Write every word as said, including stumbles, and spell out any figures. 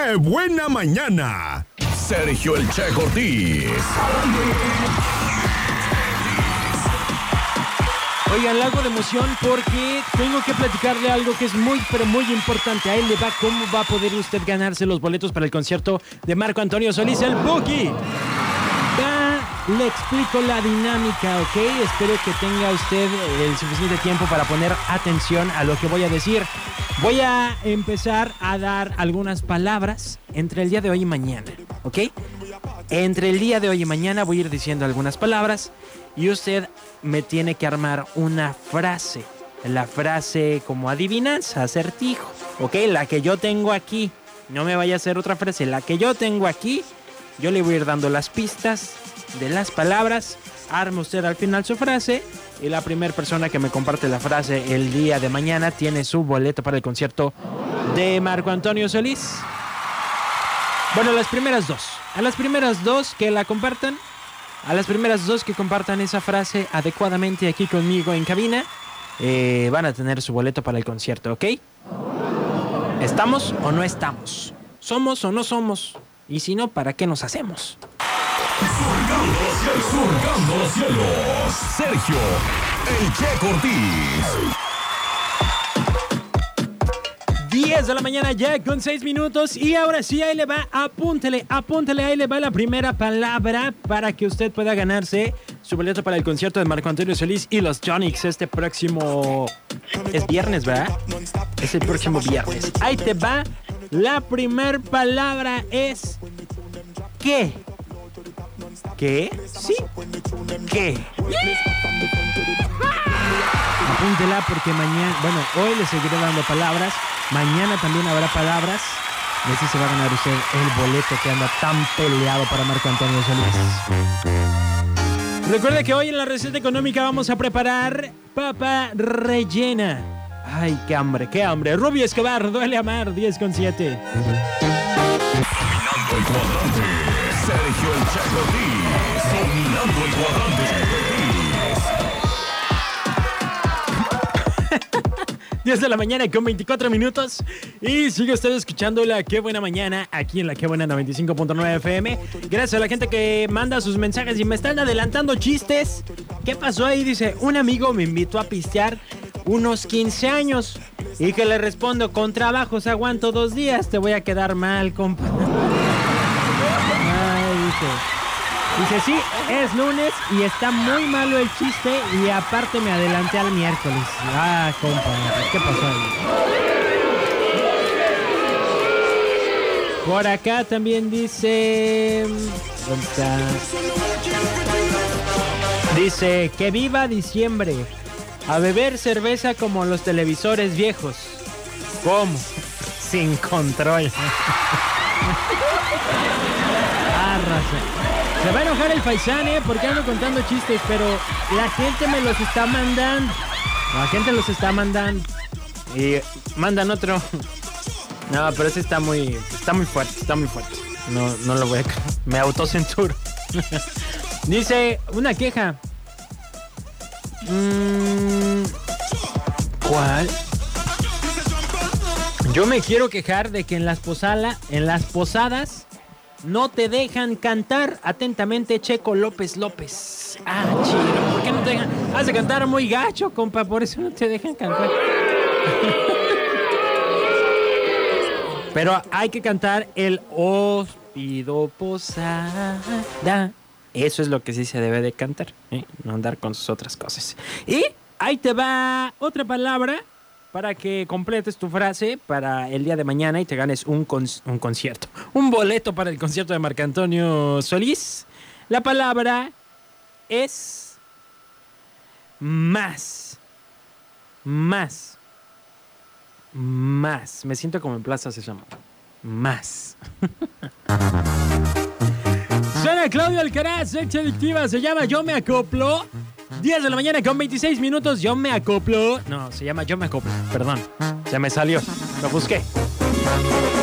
¡Qué buena mañana! Sergio El Che Ortiz. Oigan, algo de emoción porque tengo que platicarle algo que es muy, pero muy importante. A él le va cómo va a poder usted ganarse los boletos para el concierto de Marco Antonio Solís, el Buki. Va, le explico la dinámica, ¿ok? Espero que tenga usted el suficiente tiempo para poner atención a lo que voy a decir. Voy a empezar a dar algunas palabras entre el día de hoy y mañana, ¿ok? Entre el día de hoy y mañana voy a ir diciendo algunas palabras y usted me tiene que armar una frase. La frase como adivinanza, acertijo, ¿ok? La que yo tengo aquí. No me vaya a hacer otra frase. La que yo tengo aquí, yo le voy a ir dando las pistas de las palabras. Arme usted al final su frase y la primera persona que me comparte la frase el día de mañana tiene su boleto para el concierto de Marco Antonio Solís. Bueno, las primeras dos. A las primeras dos que la compartan, a las primeras dos que compartan esa frase adecuadamente aquí conmigo en cabina, eh, van a tener su boleto para el concierto, ¿ok? ¿Estamos o no estamos? ¿Somos o no somos? Y si no, ¿para qué nos hacemos? Surcando los cielos, surcando los cielos. Sergio El Che Ortiz. diez de la mañana ya con seis minutos y ahora sí, ahí le va, apúntele, apúntele, ahí le va la primera palabra para que usted pueda ganarse su boleto para el concierto de Marco Antonio Solís y los Jonix este próximo... Es viernes, ¿verdad? Es el próximo viernes. Ahí te va, la primera palabra es... ¿Qué? ¿Qué? Sí. ¿Qué? Apúntela porque mañana, bueno, hoy le seguiré dando palabras. Mañana también habrá palabras. Y así se va a ganar usted el boleto que anda tan peleado para Marco Antonio Solís. Recuerda que hoy en la receta económica vamos a preparar papa rellena. Ay, qué hambre, qué hambre. Rubio Escobar, duele amar, diez con siete. Dominando el cuadrante, Sergio El Che Ortiz. Dominando el cuadrante. diez de la mañana con veinticuatro minutos y sigue usted escuchando la Qué Buena Mañana aquí en la Qué Buena noventa y cinco punto nueve F M. Gracias a la gente que manda sus mensajes y me están adelantando chistes. ¿Qué pasó ahí? Dice, un amigo me invitó a pistear unos quince años y que le respondo, con trabajos aguanto dos días, te voy a quedar mal, compa. Ay, dice... Dice, sí, es lunes y está muy malo el chiste y aparte me adelanté al miércoles. Ah, compa, ¿qué pasó ahí? Por acá también dice... ¿Dónde está? Dice, que viva diciembre. A beber cerveza como los televisores viejos. ¿Cómo? Sin control. Ah, raza. Se va a enojar el paisán, ¿eh? Porque ando contando chistes, pero la gente me los está mandando. La gente los está mandando. Y mandan otro. No, pero ese está muy... Está muy fuerte, está muy fuerte. No, no lo voy a... Me autocensuro. Dice, una queja. Mm, ¿Cuál? Yo me quiero quejar de que en las posala, en las posadas... no te dejan cantar. Atentamente, Checo López López. Ah, chido. ¿Por qué no te dejan? Has de cantar muy gacho, compa. Por eso no te dejan cantar. Pero hay que cantar el Os pido posada. Eso es lo que sí se debe de cantar, ¿eh? No andar con sus otras cosas. Y ahí te va otra palabra para que completes tu frase para el día de mañana y te ganes un, con, un concierto. Un boleto para el concierto de Marco Antonio Solís. La palabra es más. Más. Más. Me siento como en Plaza Sésamo. Más. Suena Claudio Alcaraz, Sex Adictiva. Se llama Yo Me Acoplo. diez de la mañana con veintiséis minutos. Yo me acoplo. No, se llama Yo Me Acoplo. Perdón. Se me salió. Lo busqué.